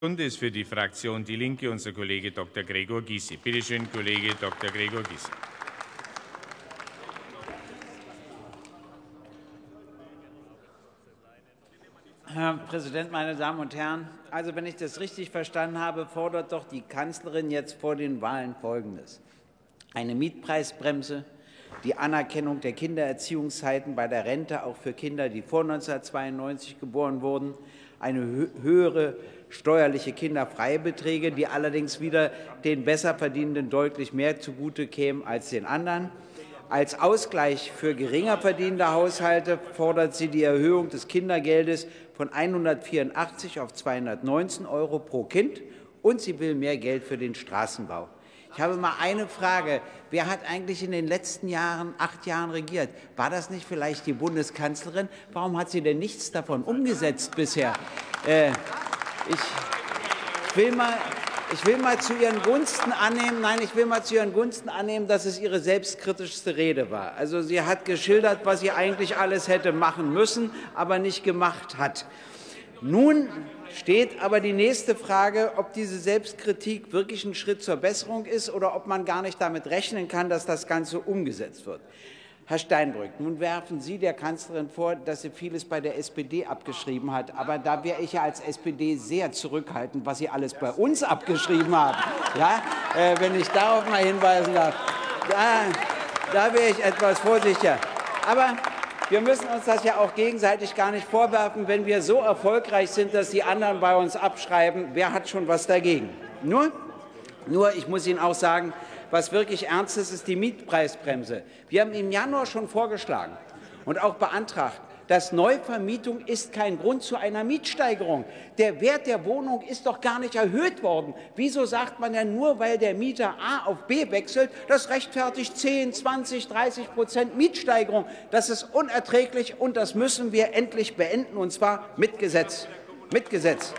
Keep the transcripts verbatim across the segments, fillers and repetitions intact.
Stunde ist für die Fraktion Die Linke unser Kollege Doktor Gregor Gysi. Bitte schön, Kollege Doktor Gregor Gysi. Herr Präsident, meine Damen und Herren! Also, wenn ich das richtig verstanden habe, fordert doch die Kanzlerin jetzt vor den Wahlen Folgendes: Eine Mietpreisbremse, die Anerkennung der Kindererziehungszeiten bei der Rente auch für Kinder, die vor neunzehnhundertzweiundneunzig geboren wurden, eine höhere steuerliche Kinderfreibeträge, die allerdings wieder den Besserverdienenden deutlich mehr zugute kämen als den anderen. Als Ausgleich für geringer verdienende Haushalte fordert sie die Erhöhung des Kindergeldes von hundertvierundachtzig auf zweihundertneunzehn Euro pro Kind, und sie will mehr Geld für den Straßenbau. Ich habe mal eine Frage: Wer hat eigentlich in den letzten Jahren, acht Jahren regiert? War das nicht vielleicht die Bundeskanzlerin? Warum hat sie denn nichts davon umgesetzt bisher? Äh, ich will mal Ich will mal zu Ihren Gunsten annehmen, nein, ich will mal zu Ihren Gunsten annehmen, dass es Ihre selbstkritischste Rede war. Also sie hat geschildert, was sie eigentlich alles hätte machen müssen, aber nicht gemacht hat. Nun steht aber die nächste Frage, ob diese Selbstkritik wirklich ein Schritt zur Besserung ist oder ob man gar nicht damit rechnen kann, dass das Ganze umgesetzt wird. Herr Steinbrück, nun werfen Sie der Kanzlerin vor, dass sie vieles bei der S P D abgeschrieben hat. Aber da wäre ich ja als S P D sehr zurückhaltend, was Sie alles bei uns abgeschrieben haben. Ja, äh, wenn ich darauf mal hinweisen darf, da, da wäre ich etwas vorsichtiger. Aber wir müssen uns das ja auch gegenseitig gar nicht vorwerfen, wenn wir so erfolgreich sind, dass die anderen bei uns abschreiben. Wer hat schon was dagegen? Nur, nur ich muss Ihnen auch sagen, was wirklich ernst ist, ist die Mietpreisbremse. Wir haben im Januar schon vorgeschlagen und auch beantragt, dass Neuvermietung ist kein Grund zu einer Mietsteigerung. Der Wert der Wohnung ist doch gar nicht erhöht worden. Wieso sagt man denn nur, weil der Mieter A auf B wechselt, das rechtfertigt zehn, zwanzig, dreißig Prozent Mietsteigerung? Das ist unerträglich, und das müssen wir endlich beenden, und zwar mit Gesetz. Mit Gesetz.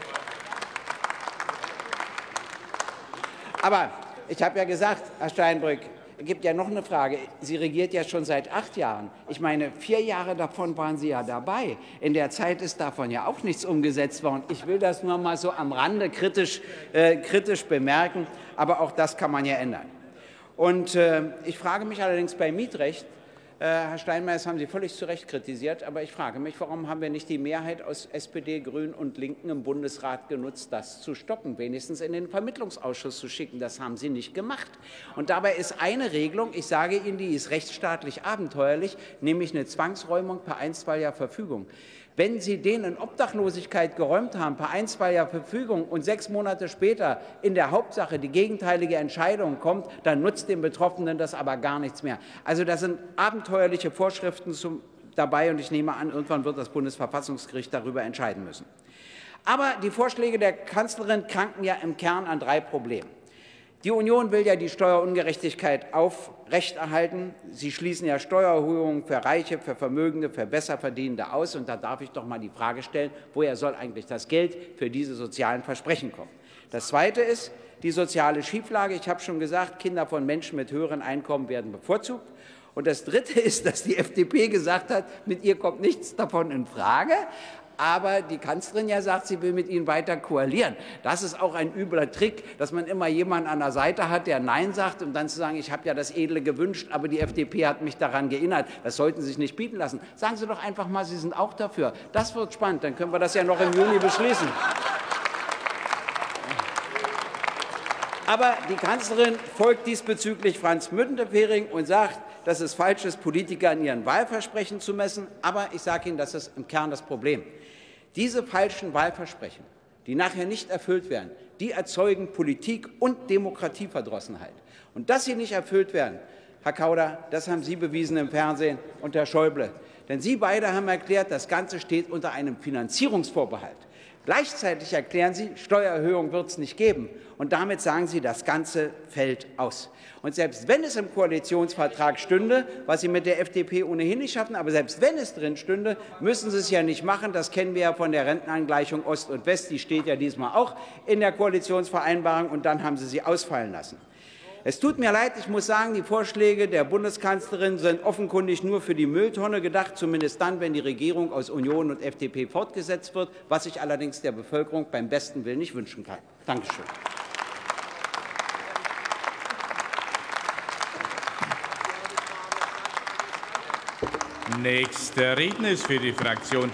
Aber ich habe ja gesagt, Herr Steinbrück, es gibt ja noch eine Frage. Sie regiert ja schon seit acht Jahren. Ich meine, vier Jahre davon waren Sie ja dabei. In der Zeit ist davon ja auch nichts umgesetzt worden. Ich will das nur mal so am Rande kritisch, äh, kritisch bemerken, aber auch das kann man ja ändern. Und äh, ich frage mich allerdings beim Mietrecht, äh, Herr Steinmeier, das haben Sie völlig zu Recht kritisiert, aber ich frage mich, warum haben wir nicht die Mehrheit aus S P D, Grünen und Linken im Bundesrat genutzt, das zu stoppen, wenigstens in den Vermittlungsausschuss zu schicken? Das haben Sie nicht gemacht. Und dabei ist eine Regelung, ich sage Ihnen, die ist rechtsstaatlich abenteuerlich, nämlich eine Zwangsräumung per einstweiliger Verfügung. Wenn Sie denen in Obdachlosigkeit geräumt haben, per einstweiliger Verfügung, und sechs Monate später in der Hauptsache die gegenteilige Entscheidung kommt, dann nutzt den Betroffenen das aber gar nichts mehr. Also da sind abenteuerliche Vorschriften zum, dabei, und ich nehme an, irgendwann wird das Bundesverfassungsgericht darüber entscheiden müssen. Aber die Vorschläge der Kanzlerin kranken ja im Kern an drei Problemen. Die Union will ja die Steuerungerechtigkeit aufrechterhalten. Sie schließen ja Steuererhöhungen für Reiche, für Vermögende, für Besserverdienende aus. Und da darf ich doch mal die Frage stellen, woher soll eigentlich das Geld für diese sozialen Versprechen kommen? Das Zweite ist die soziale Schieflage. Ich habe schon gesagt, Kinder von Menschen mit höheren Einkommen werden bevorzugt. Und das Dritte ist, dass die F D P gesagt hat, mit ihr kommt nichts davon in Frage. Aber die Kanzlerin ja sagt, sie will mit ihnen weiter koalieren. Das ist auch ein übler Trick, dass man immer jemanden an der Seite hat, der Nein sagt, um dann zu sagen, ich habe ja das Edle gewünscht, aber die F D P hat mich daran erinnert. Das sollten Sie sich nicht bieten lassen. Sagen Sie doch einfach mal, Sie sind auch dafür. Das wird spannend, dann können wir das ja noch im Juni beschließen. Aber die Kanzlerin folgt diesbezüglich Franz Müntefering und sagt, dass es falsch ist, Politiker an ihren Wahlversprechen zu messen. Aber ich sage Ihnen, das ist im Kern das Problem. Diese falschen Wahlversprechen, die nachher nicht erfüllt werden, die erzeugen Politik- und Demokratieverdrossenheit. Und dass sie nicht erfüllt werden, Herr Kauder, das haben Sie bewiesen im Fernsehen und Herr Schäuble. Denn Sie beide haben erklärt, das Ganze steht unter einem Finanzierungsvorbehalt. Gleichzeitig erklären Sie, Steuererhöhung wird es nicht geben. Und damit sagen Sie, das Ganze fällt aus. Und selbst wenn es im Koalitionsvertrag stünde, was Sie mit der F D P ohnehin nicht schaffen, aber selbst wenn es drin stünde, müssen Sie es ja nicht machen. Das kennen wir ja von der Rentenangleichung Ost und West. Die steht ja diesmal auch in der Koalitionsvereinbarung. Und dann haben Sie sie ausfallen lassen. Es tut mir leid, ich muss sagen, die Vorschläge der Bundeskanzlerin sind offenkundig nur für die Mülltonne gedacht, zumindest dann, wenn die Regierung aus Union und F D P fortgesetzt wird, was ich allerdings der Bevölkerung beim besten Willen nicht wünschen kann. Dankeschön. Nächster Redner ist für die Fraktion